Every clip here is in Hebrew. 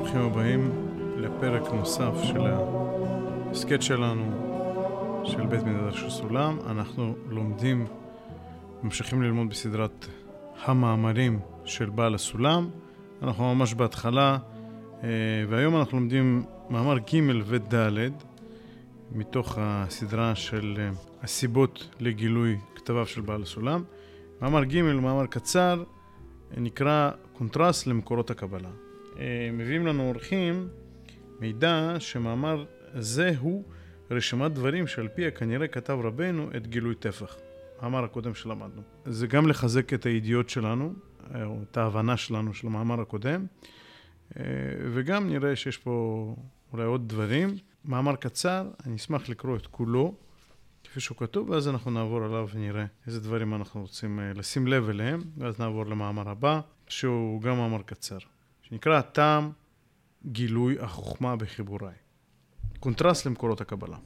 ברוכים הבאים לפרק נוסף של הסקט שלנו של בית מדרש של סולם. אנחנו ממשיכים ללמוד בסדרת המאמרים של בעל הסולם. אנחנו ממש בהתחלה, והיום אנחנו לומדים מאמר ג' וד' מתוך הסדרה של הסיבות לגילוי כתביו של בעל הסולם. מאמר ג' הוא מאמר קצר, נקרא קונטרסט למקורות הקבלה. מביאים לנו אורחים מידע שמאמר זה הוא רשימת דברים שעל פיה כנראה כתב רבנו את גילוי טפח, המאמר הקודם שלמדנו. זה גם לחזק את הידיעות שלנו, או את ההבנה שלנו של המאמר הקודם, וגם נראה שיש פה אולי עוד דברים. מאמר קצר, אני אשמח לקרוא את כולו כפי שהוא כתוב, ואז אנחנו נעבור עליו ונראה איזה דברים אנחנו רוצים לשים לב אליהם, ואז נעבור למאמר הבא, שהוא גם מאמר קצר, שנקרא טעם גילוי החוכמה בחיבוריי. קונטרסט למקורות הקבלה.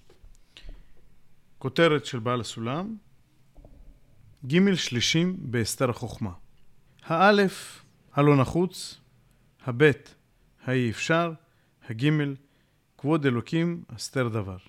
כותרת של בעל הסולם, ג' שלישים בהסתר החוכמה. האלף, הלא נחוץ, הבית, האי אפשר, הג' כבוד אלוקים, הסתר דבר.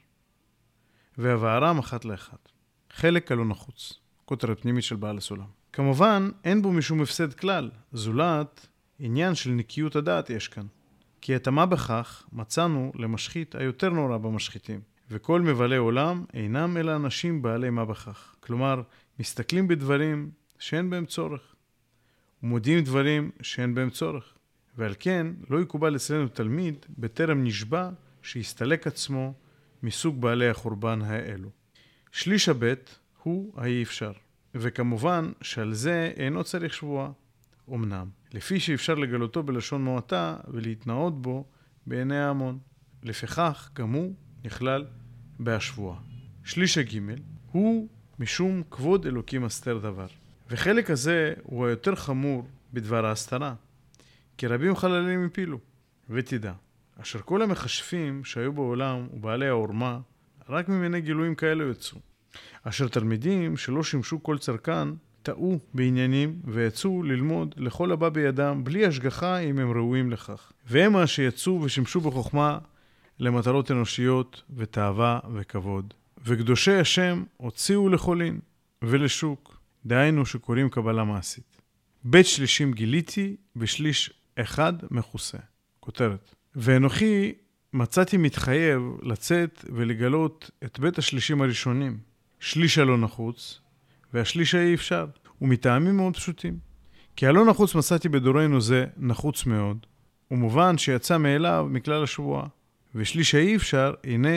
והבהרם אחת לאחת. חלק הלא נחוץ. כותרת פנימית של בעל הסולם. כמובן, אין בו משום הפסד כלל, זולת עניין של נקיות הדעת יש כאן. כי התאמה בכך מצאנו למשחית היותר נורא במשחיתים, וכל מבעלי עולם אינם אלא אנשים בעלי מה בכך. כלומר, מסתכלים בדברים שאין בהם צורך, ומודיעים דברים שאין בהם צורך. ועל כן לא יקובל אצלנו תלמיד בטרם נשבע שיסתלק עצמו מסוג בעלי החורבן האלו. שליש הבית הוא האי אפשר, וכמובן שעל זה אינו צריך שבועה. אמנם, לפי שאפשר לגלותו בלשון מועטה ולהתנאות בו בעיני ההמון. לפיכך גם הוא נכלל בהשבועה. שליש הגימל הוא משום כבוד אלוקים הסתר דבר. וחלק הזה הוא היותר חמור בדבר ההסתרה, כי רבים חללים הפילו. ותדע, אשר כל המחשפים שהיו בעולם ובעלי העורמה, רק ממני גילויים כאלו יצאו. אשר תלמידים שלא שימשו כל צרכן, טעו בעניינים ויצאו ללמוד לכל הבא בידם בלי השגחה אם הם ראויים לכך. והם שיצאו ושימשו בחוכמה למטרות אנושיות ותאווה וכבוד. וקדושי השם הוציאו לחולין ולשוק, דהיינו שקוראים קבלה מעשית. בית שלישים גיליתי ושליש אחד מכוסה. כותרת. ואנוכי מצאתי מתחייב לצאת ולגלות את בית השלישים הראשונים. שליש הלא נחוץ והשליש האי אפשר, ומטעמים מאוד פשוטים. כי הלא נחוץ מצאתי בדורנו זה נחוץ מאוד, ומובן שיצא מאליו מכלל השבועה. ושליש האי אפשר,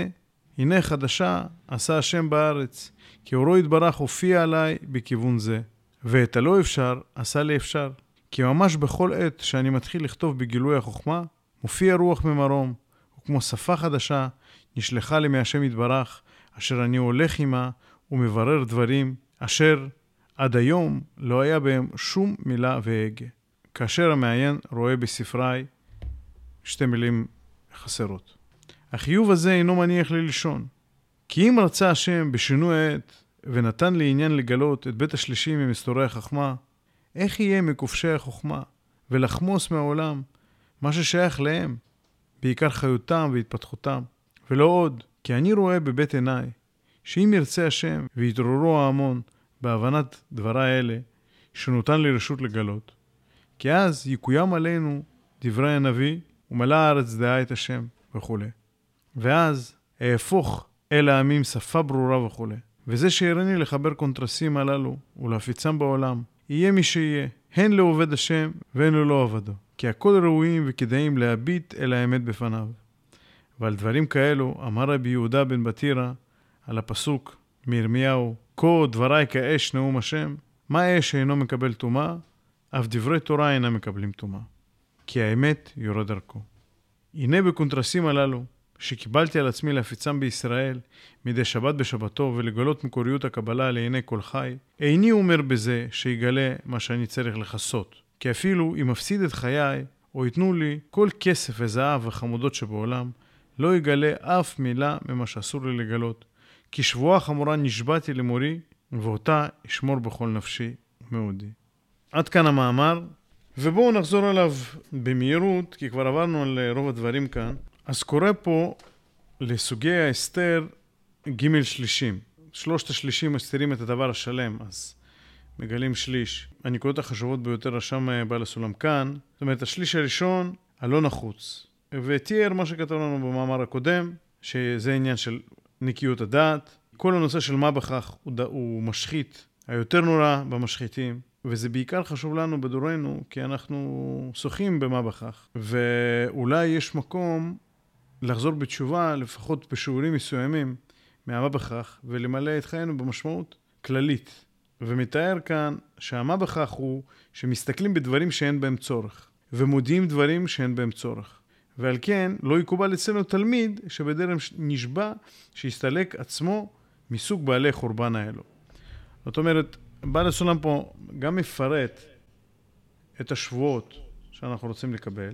הנה חדשה עשה השם בארץ, כי אורו יתברך הופיע עליי בכיוון זה. ואת הלא אפשר עשה לי אפשר, כי ממש בכל עת שאני מתחיל לכתוב בגילוי החוכמה, מופיע רוח ממרום, וכמו שפה חדשה נשלחה לי מהשם יתברך, אשר אני הולך עמה ומברר דברים, אשר עד היום לא היה בהם שום מילה והגה. כאשר המעיין רואה בספריי שתי מילים חסרות. החיוב הזה אינו מניח לי לישון. כי אם רצה השם בשינוי העת ונתן לי עניין לגלות את בית השלישים ממסתורי החכמה, איך יהיה מכובשי החוכמה ולחמוס מהעולם מה ששייך להם, בעיקר חיותם והתפתחותם. ולא עוד, כי אני רואה בבית עיניי, שאם ירצה השם ויתעוררו ההמון בהבנת דברי האלה, שנותן לי רשות לגלות, כי אז יקוים עלינו דברי הנביא, ומלא הארץ דעה את השם וכו'. ואז אהפוך אל העמים שפה ברורה וכו'. וזה שירני לחבר קונטרסים הללו ולהפיצם בעולם, יהיה מי שיהיה, הן לעובד השם והן ללא עבדו. כי הכל ראויים וכדאים להביט אל האמת בפניו. ועל דברים כאלו אמר רבי יהודה בן בתירה על הפסוק מירמיהו, כה דבריי כאש נאום השם, מה אש אינו מקבל תומה? אף דברי תורה אינה מקבלים תומה. כי האמת יורד דרכו. הנה בקונטרסים הללו, שקיבלתי על עצמי להפיצם בישראל, מדי שבת בשבתו ולגלות מקוריות הקבלה לעיני כל חי, איני אומר בזה שיגלה מה שאני צריך לחסות. כי אפילו אם אפסיד את חיי, או יתנו לי כל כסף וזהב וחמודות שבעולם, לא יגלה אף מילה ממה שאסור לי לגלות. כי שבועה חמורה נשבעתי למורי, ואותה אשמור בכל נפשי ומאודי. עד כאן המאמר. ובואו נחזור עליו במהירות, כי כבר עברנו על רוב הדברים כאן. אז קורה פה לסוגי ההסתר ג' שלישים. שלושת השלישים מסתירים את הדבר השלם, אז מגלים שליש. הנקודות החשובות ביותר רשם בעל הסולם כאן. זאת אומרת, השליש הראשון, הלא נחוץ. ותיאר מה שכתב לנו במאמר הקודם, שזה עניין של נקיות הדעת. כל הנושא של מה בכך הוא משחית, היותר נורא במשחיתים. וזה בעיקר חשוב לנו בדורנו, כי אנחנו שוחים במה בכך. ואולי יש מקום לחזור בתשובה, לפחות בשיעורים מסוימים, מהמה בכך, ולמלא את חיינו במשמעות כללית. ומתאר כאן שהמה בכך הוא שמסתכלים בדברים שאין בהם צורך, ומודיעים דברים שאין בהם צורך. ועל כן לא יקובל אצלנו תלמיד שבדרם נשבע שיסתלק עצמו מסוג בעלי חורבן האלו. זאת אומרת, בעל הסולם פה גם מפרט את השבועות שאנחנו רוצים לקבל,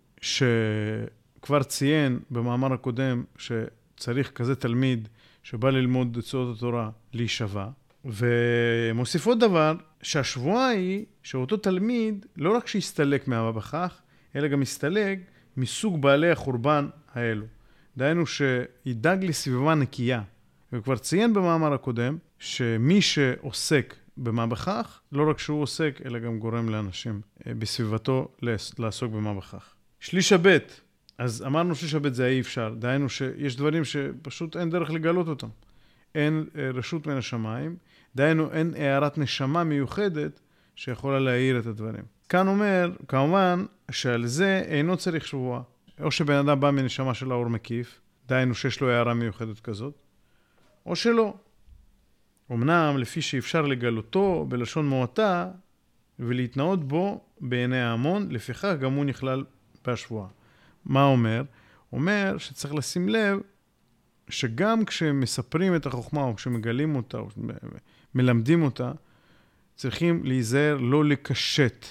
שכבר ציין במאמר הקודם שצריך כזה תלמיד שבא ללמוד את סודות התורה להישבע, ומוסיף עוד דבר, שהשבועה היא שאותו תלמיד לא רק שיסתלק מהמה בכך, אלא גם יסתלק מסוג בעלי החורבן האלו. דהיינו שידאג לסביבה נקייה. וכבר ציין במאמר הקודם שמי שעוסק במה בכך, לא רק שהוא עוסק, אלא גם גורם לאנשים בסביבתו לעסוק במה בכך. שליש הבית, אז אמרנו שליש הבית זה אי אפשר, דהיינו שיש דברים שפשוט אין דרך לגלות אותם. אין רשות מן השמיים, דהיינו אין הערת נשמה מיוחדת שיכולה להעיר את הדברים. כאן אומר, כמובן, שעל זה אינו צריך שבועה. או שבן אדם בא מנשמה של האור מקיף, דהיינו שיש לו הערה מיוחדת כזאת, או שלא. אמנם, לפי שאפשר לגלותו בלשון מועטה, ולהתנאות בו בעיני ההמון, לפיכך גם הוא נכלל בהשבועה. מה אומר? אומר שצריך לשים לב שגם כשמספרים את החוכמה, או כשמגלים אותה, או מלמדים אותה, צריכים להיזהר לא לקשט,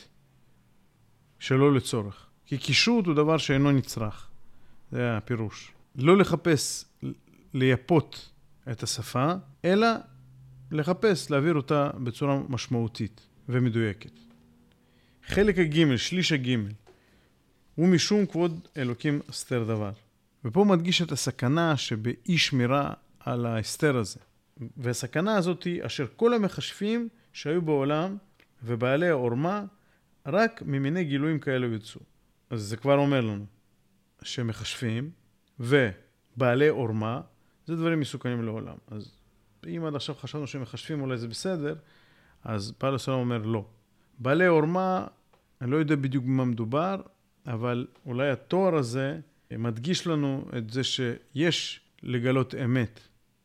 שלא לצורך. כי קישוט הוא דבר שאינו נצרך. זה הפירוש. לא לחפש לייפות את השפה, אלא לחפש להעביר אותה בצורה משמעותית ומדויקת. חלק הג', שליש הג', הוא משום כבוד אלוקים אסתר דבר. ופה מדגיש את הסכנה שבאי שמירה על האסתר הזה. והסכנה הזאת היא אשר כל המחשבים שהיו בעולם ובעלי העורמה רק ממיני גילויים כאלה יצאו. אז זה כבר אומר לנו שמחשבים ובעלי עורמה זה דברים מסוכנים לעולם. אז אם עד עכשיו חשבנו שמחשבים אולי זה בסדר, אז בעל הסולם אומר לא. בעלי עורמה, אני לא יודע בדיוק במה מדובר, אבל אולי התואר הזה מדגיש לנו את זה שיש לגלות אמת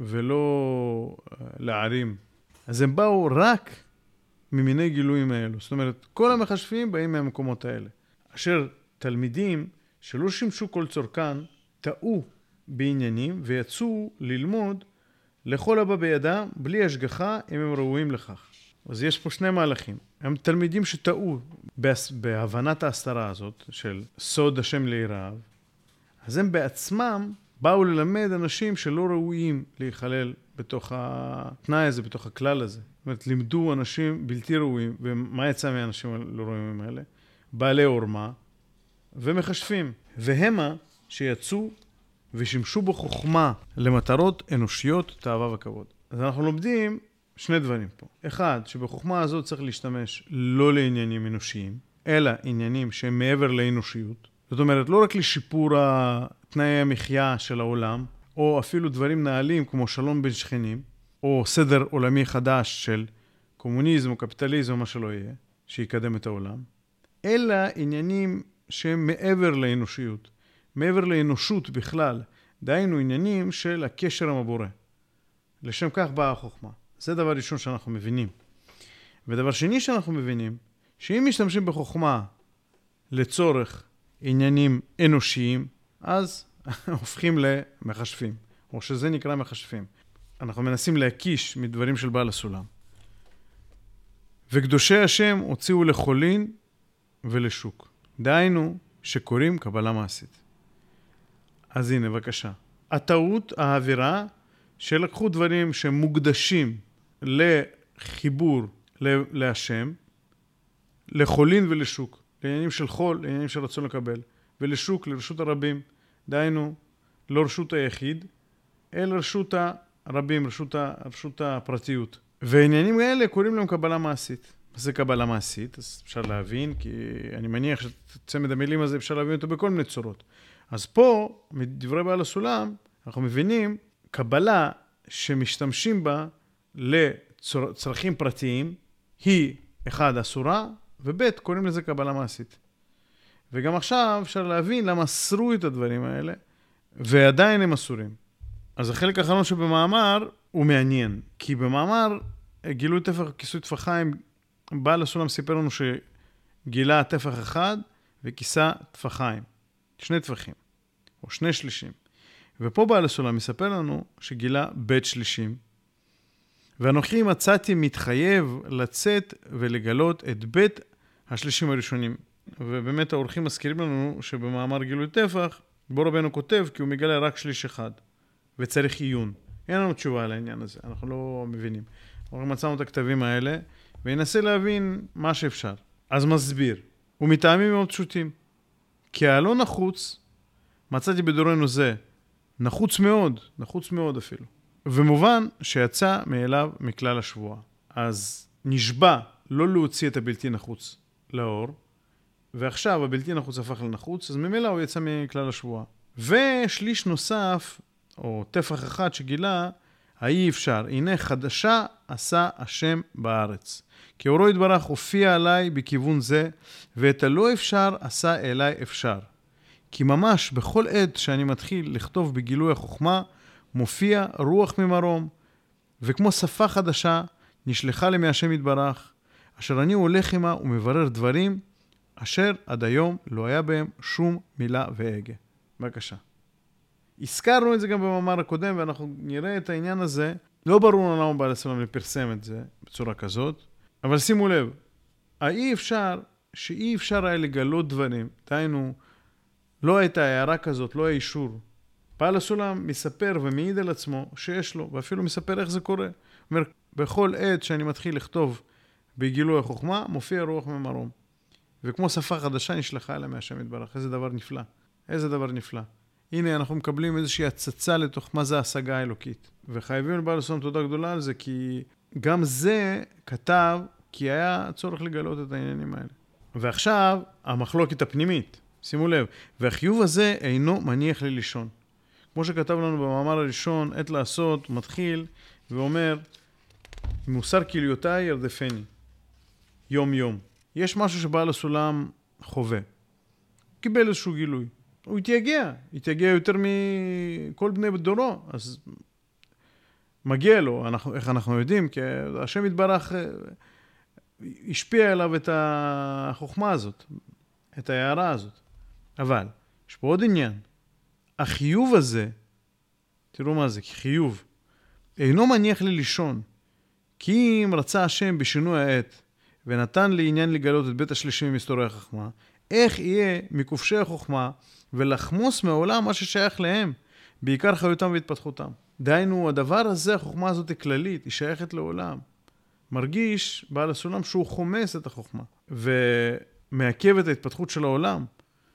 ולא להערים. אז הם באו רק ממיני גילויים האלו. זאת אומרת, כל המחשבים באים מהמקומות האלה. אשר תלמידים שלא שימשו כל צורכן, טעו בעניינים ויצאו ללמוד לכל הבא בידם בלי השגחה אם הם ראויים לכך. אז יש פה שני מהלכים. הם תלמידים שטעו בהבנת ההסתרה הזאת של סוד השם ליראיו, אז הם בעצמם באו ללמד אנשים שלא ראויים להיכלל בתוך התנאי הזה, בתוך הכלל הזה. זאת אומרת, לימדו אנשים בלתי ראויים, ומה יצא מהאנשים הלא ראויים האלה? בעלי עורמה ומחשבים. והמה שיצאו ושימשו בחוכמה למטרות אנושיות, תאווה וכבוד. אז אנחנו לומדים שני דברים פה. אחד, שבחוכמה הזאת צריך להשתמש לא לעניינים אנושיים, אלא עניינים שהם מעבר לאנושיות. זאת אומרת, לא רק לשיפור תנאי המחיה של העולם, או אפילו דברים נעלים כמו שלום בין שכנים, או סדר עולמי חדש של קומוניזם או קפיטליזם או מה שלא יהיה, שיקדם את העולם, אלא עניינים שהם מעבר לאנושיות, מעבר לאנושות בכלל, דהיינו עניינים של הקשר עם הבורא. לשם כך באה החוכמה. זה דבר ראשון שאנחנו מבינים. ודבר שני שאנחנו מבינים, שאם משתמשים בחוכמה לצורך עניינים אנושיים, אז הופכים למחשבים, או שזה נקרא מחשבים. אנחנו מנסים להקיש מדברים של בעל הסולם. וקדושי השם הוציאו לחולין ולשוק. דהיינו שקוראים קבלה מעשית. אז הנה, בבקשה. הטעות, האווירה, שלקחו דברים שמוקדשים לחיבור להשם, לחולין ולשוק. לעניינים של חול, לעניינים של רצון לקבל, ולשוק, לרשות הרבים, דהיינו, לא רשות היחיד, אלא רשות הרבים, רשות הפרטיות. ועניינים האלה קוראים להם קבלה מעשית. זה קבלה מעשית, אז אפשר להבין, כי אני מניח שצמד המילים הזה אפשר להבין אותו בכל מיני צורות. אז פה, מדברי בעל הסולם, אנחנו מבינים קבלה שמשתמשים בה לצרכים פרטיים, היא אחד אסורה, וב' קוראים לזה קבלה מעשית. וגם עכשיו אפשר להבין למה אסרו את הדברים האלה, ועדיין הם אסורים. אז החלק האחרון שבמאמר הוא מעניין, כי במאמר גילוי טפח כיסוי טפחיים, בעל הסולם סיפר לנו שגילה טפח אחד וכיסה טפחיים, 2 טפחים, או 2 שלישים. ופה בעל הסולם מספר לנו שגילה בית שלישים, ואנוכי מצאתי מתחייב לצאת ולגלות את בית השלישים הראשונים. ובאמת האורחים מזכירים לנו שבמאמר גילוי טפח, בו רבנו כותב כי הוא מגלה רק שליש אחד, וצריך עיון. אין לנו תשובה על העניין הזה, אנחנו לא מבינים. אנחנו מצאנו את הכתבים האלה, וננסה להבין מה שאפשר. אז מסביר, ומטעמים מאוד פשוטים. כי הלא נחוץ, מצאתי בדורנו זה, נחוץ מאוד אפילו. ומובן שיצא מאליו מכלל השבועה. אז נשבע לא להוציא את הבלתי נחוץ לאור, ועכשיו הבלתי נחוץ הפך לנחוץ, אז ממילא הוא יצא מכלל השבועה. ושליש נוסף, או טפח אחד שגילה, האי אפשר. הנה חדשה עשה השם בארץ. כי אורו יתברך הופיע עליי בכיוון זה, ואת הלא אפשר עשה אליי אפשר. כי ממש בכל עת שאני מתחיל לכתוב בגילוי החוכמה, מופיע רוח ממרום, וכמו שפה חדשה נשלחה לי מהשם יתברך, אשר אני הולך עמה ומברר דברים, אשר עד היום לא היה בהם שום מילה והגה. בבקשה. הזכרנו את זה גם במאמר הקודם, ואנחנו נראה את העניין הזה. לא ברור לנו למה בעל הסולם לפרסם את זה בצורה כזאת, אבל שימו לב, שאי אפשר היה לגלות דברים, דהיינו, לא הייתה הערה כזאת, לא היה אישור. בעל הסולם מספר ומעיד על עצמו שיש לו, ואפילו מספר איך זה קורה. אומר, בכל עת שאני מתחיל לכתוב בגילוי החוכמה, מופיע רוח ממרום. וכמו שפה חדשה נשלחה אליה מהשם יתברך. איזה דבר נפלא. הנה אנחנו מקבלים איזושהי הצצה לתוך מה זה השגה האלוקית. וחייבים לבעל הסולם תודה גדולה על זה, כי גם זה כתב, כי היה צורך לגלות את העניינים האלה. ועכשיו, המחלוקת הפנימית. שימו לב, והחיוב הזה אינו מניח לי לישון. כמו שכתב לנו במאמר הראשון, עת לעשות, מתחיל ואומר, מוסר כליותיי ירדפני, יום יום. יש משהו שבעל הסולם חווה. קיבל איזשהו גילוי. הוא התייגע יותר מכל בני דורו, אז מגיע לו, איך אנחנו יודעים, כי השם יתברך השפיע עליו את החוכמה הזאת, את ההערה הזאת. אבל, יש פה עוד עניין. החיוב הזה, תראו מה זה, חיוב, אינו מניח לי לישון, כי אם רצה השם בשינוי העת, ונתן לי עניין לגלות את בית השלישי ממסתורי החוכמה, איך יהיה מכובשי החוכמה, ולחמוס מעולם מה ששייך להם, בעיקר חיותם והתפתחותם. דהיינו, הדבר הזה, החוכמה הזאת היא כללית, היא שייכת לעולם. מרגיש בעל הסולם שהוא חומס את החוכמה, ומעכב את ההתפתחות של העולם.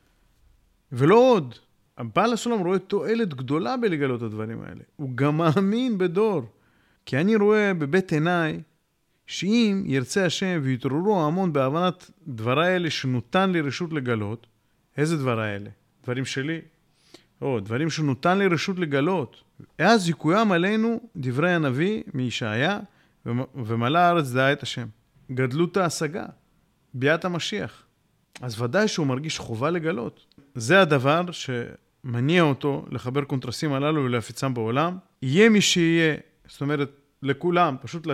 ולא עוד, בעל הסולם רואה תועלת גדולה בלגלות את הדברים האלה. הוא גם מאמין בדור. כי אני רואה בבית עיניי, שאם ירצה השם ויתעוררו המון בהבנת דברי האלה שנותן לי רשות לגלות, איזה דברי האלה? דברים שלי? דברים שנותן לי רשות לגלות. אז יקוים עלינו דברי הנביא מישעיה, ומלא הארץ דעה את השם. גדלות ההשגה, ביאת המשיח. אז ודאי שהוא מרגיש חובה לגלות. זה הדבר שמניע אותו לחבר קונטרסים הללו ולהפיצם בעולם. יהיה מי שיהיה, זאת אומרת, לכולם,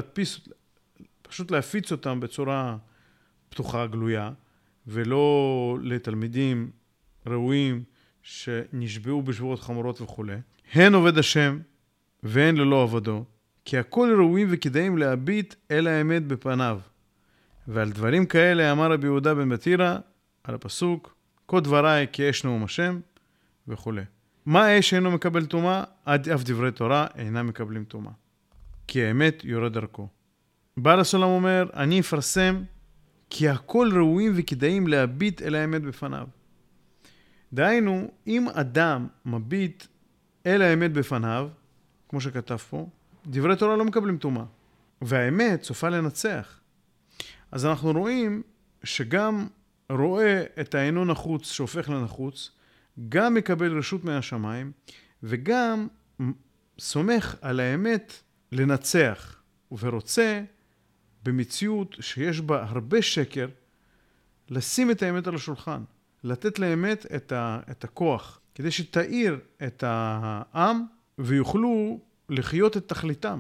פשוט להפיץ אותם בצורה פתוחה, גלויה, ולא לתלמידים ראויים שנשבעו בשבועות חמורות וכו'. הן עובד השם והן ללא עבדו, כי הכל ראויים וכדאים להביט אל האמת בפניו. ועל דברים כאלה אמר רבי יהודה בן בתירא, על הפסוק, כה דבריי כי אש נאום השם וכו'. מה אש אינו מקבל תומה? עד אף דברי תורה אינם מקבלים תומה. כי האמת יורד דרכו. בעל הסולם אומר, אני אפרסם כי הכל ראויים וכדאים להביט אל האמת בפניו. דהיינו, אם אדם מביט אל האמת בפניו, כמו שכתב פה, דברי תורה לא מקבלים טומאה. והאמת סופה לנצח. אז אנחנו רואים שגם רואה את העינו נחוץ שהופך לנחוץ, גם מקבל רשות מהשמיים, וגם סומך על האמת לנצח, ורוצה במציאות שיש בה הרבה שקר, לשים את האמת על השולחן, לתת לאמת את הכוח, כדי שתאיר את העם ויוכלו לחיות את תכליתם.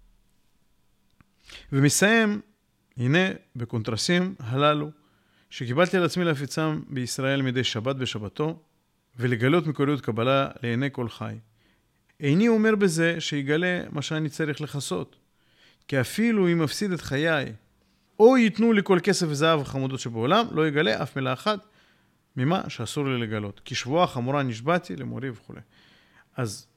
ומסיים, הנה בקונטרסים הללו, שקיבלתי על עצמי להפיצם בישראל מדי שבת בשבתו, ולגלות מקוריות קבלה לעיני כל חי. איני אומר בזה שיגלה מה שאני צריך לחסות, כי אפילו אם אפסיד את חיי, או ייתנו לי כל כסף וזהב וחמודות שבעולם, לא יגלה אף מילה אחת ממה שאסור לי לגלות. כי שבועה חמורה נשבעתי למורי וכו'. אז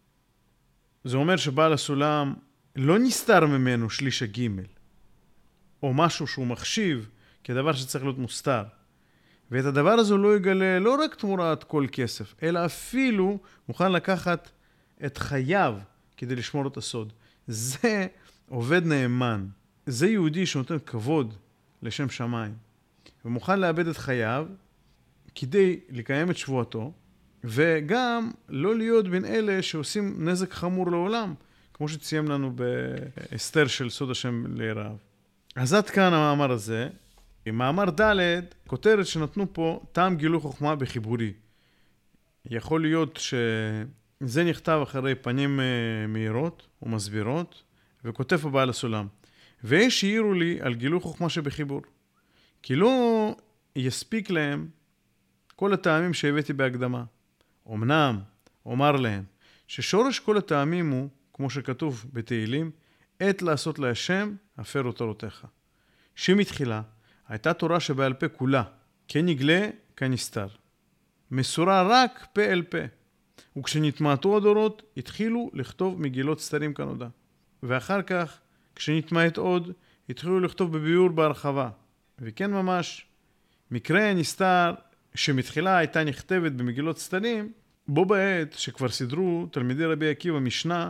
זה אומר שבעל הסולם לא נסתר ממנו שליש הגימל, או משהו שהוא מחשיב כדבר שצריך להיות מוסתר. ואת הדבר הזה לא יגלה לא רק תמורת כל כסף, אלא אפילו מוכן לקחת את חייו כדי לשמור את הסוד. זה עובד נאמן. זה יהודי שנותן כבוד לשם שמיים. ומוכן לאבד את חייו כדי לקיים את שבועתו, וגם לא להיות בין אלה שעושים נזק חמור לעולם, כמו שציים לנו באסתר של סוד השם ליראיו. אז עד כאן המאמר הזה. מאמר ד' כותרת שנתנו פה טעם גילוי חוכמה בחיבורי. יכול להיות שזה נכתב אחרי פנים מהירות ומסבירות, וכותב הבעל הסולם. ויש העירו לי על גילוי חוכמה שבחיבור. כי לא יספיק להם כל הטעמים שהבאתי בהקדמה. אמנם אומר להם ששורש כל הטעמים הוא, כמו שכתוב בתהילים, עת לעשות להשם הפרו תורותיך. שמתחילה הייתה תורה שבעל פה כולה, כנגלה כנסתר. מסורה רק פה אל פה. וכשנתמעטו הדורות, התחילו לכתוב מגילות סתרים כנודע. ואחר כך, כשנתמעט עוד, התחילו לכתוב בביאור בהרחבה. וכן ממש, מקרה הנסתר שמתחילה הייתה נכתבת במגילות סתרים, בו בעת שכבר סדרו תלמידי רבי עקיבא משנה,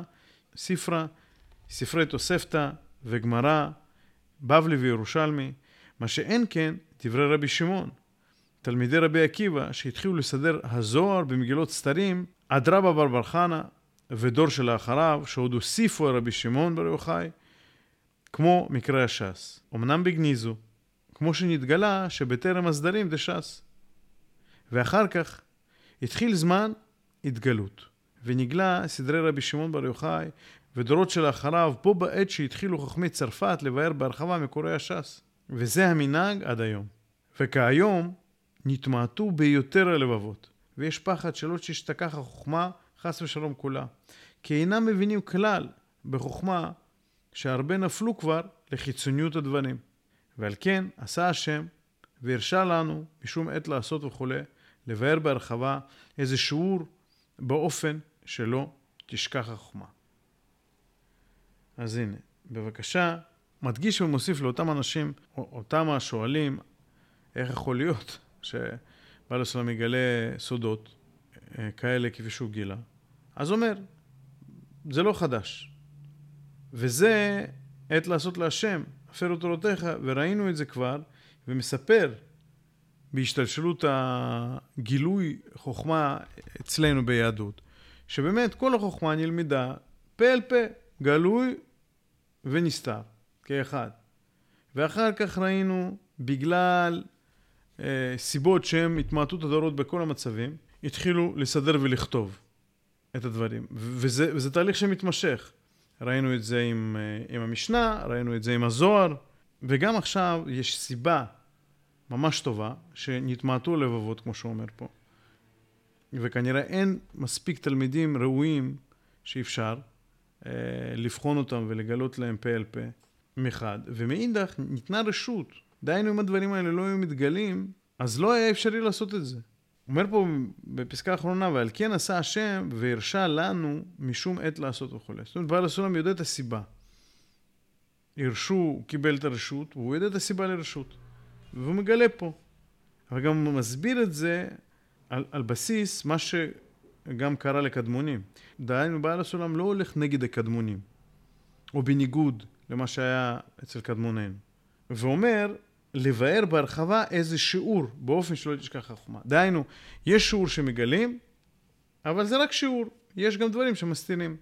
ספרי תוספתא וגמרא, בבלי וירושלמי, מה שאין כן דברי רבי שמעון. תלמידי רבי עקיבא שהתחילו לסדר הזוהר במגילות סתרים, עד רבא בר חנא ודור שלאחריו, שעוד הוסיפו רבי שמעון בר יוחאי, כמו מקרא הש"ס. אמנם בגניזו, כמו שנתגלה שבטרם הסדרים דש"ס. ואחר כך התחיל זמן התגלות, ונגלה סדרי רבי שמעון בר יוחאי ודורות שלאחריו, פה בעת שהתחילו חכמי צרפת לבאר בהרחבה מקוראי הש"ס. וזה המנהג עד היום. וכהיום נתמעטו ביותר הלבבות, ויש פחד שלא תשתכח החוכמה חס ושלום כולה, כי אינם מבינים כלל בחוכמה שהרבה נפלו כבר לחיצוניות הדברים. ועל כן עשה השם והרשה לנו משום עת לעשות וכו' לבאר בהרחבה איזה שיעור באופן שלא תשכח החוכמה. אז הנה, בבקשה, מדגיש ומוסיף לאותם אנשים, אותם השואלים, איך יכול להיות שבעל הסולם יגלה סודות כאלה כפי שהוא גילה. אז אומר, זה לא חדש. וזה עת לעשות להשם, הפרו תורותיך, וראינו את זה כבר, ומספר בהשתלשלות הגילוי חוכמה אצלנו ביהדות, שבאמת כל החוכמה נלמדה פה אל פה, גלוי ונסתר, כאחד. ואחר כך ראינו, בגלל סיבות שהם התמעטות הדורות בכל המצבים, התחילו לסדר ולכתוב את הדברים. וזה תהליך שמתמשך. ראינו את זה עם המשנה, ראינו את זה עם הזוהר, וגם עכשיו יש סיבה ממש טובה שנתמעטו לבבות, כמו שהוא אומר פה. וכנראה אין מספיק תלמידים ראויים שאפשר לבחון אותם ולגלות להם פה אל פה מחד. ומאידך ניתנה רשות. דיינו אם הדברים האלה לא היו מתגלים, אז לא היה אפשרי לעשות את זה. אומר פה בפסקה האחרונה, ועל כן עשה השם והרשה לנו משום עת לעשות וכו'. זאת אומרת, בעל הסולם יודע את הסיבה. הרשו, קיבל את הרשות, והוא יודע את הסיבה לרשות. והוא מגלה פה. אבל גם הוא מסביר את זה על בסיס מה שגם קרה לקדמונים. דהיינו, בעל הסולם לא הולך נגד הקדמונים, או בניגוד למה שהיה אצל קדמוננו. ואומר, לבאר בהרחבה איזה שיעור, באופן שלא תשכח החוכמה. דהיינו, יש שיעור שמגלים, אבל זה רק שיעור. יש גם דברים שמסתירים.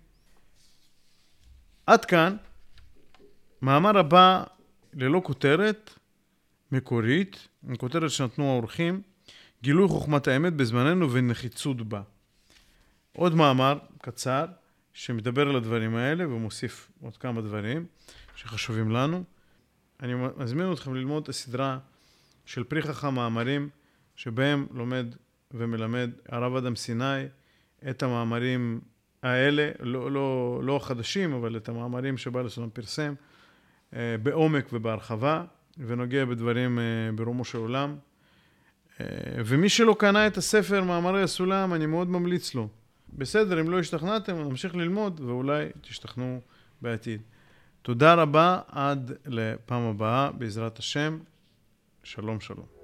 עד כאן, מאמר הבא ללא כותרת, מקורית, כותרת שנתנו האורחים, גילוי חוכמת האמת בזמננו ונחיצות בה. עוד מאמר קצר שמדבר על הדברים האלה ומוסיף עוד כמה דברים שחשובים לנו. אני מזמין אתכם ללמוד את הסדרה של פרי חכם מאמרים שבהם לומד ומלמד הרב אדם סיני את המאמרים האלה, לא חדשים, אבל את המאמרים שבעל הסולם פרסם בעומק ובהרחבה, ונוגע בדברים ברומו של עולם. ומי שלא קנה את הספר מאמרי הסולם, אני מאוד ממליץ לו. בסדר, אם לא השתכנעתם, נמשיך ללמוד, ואולי תשתכנעו בעתיד. תודה רבה, עד לפעם הבאה, בעזרת השם. שלום שלום.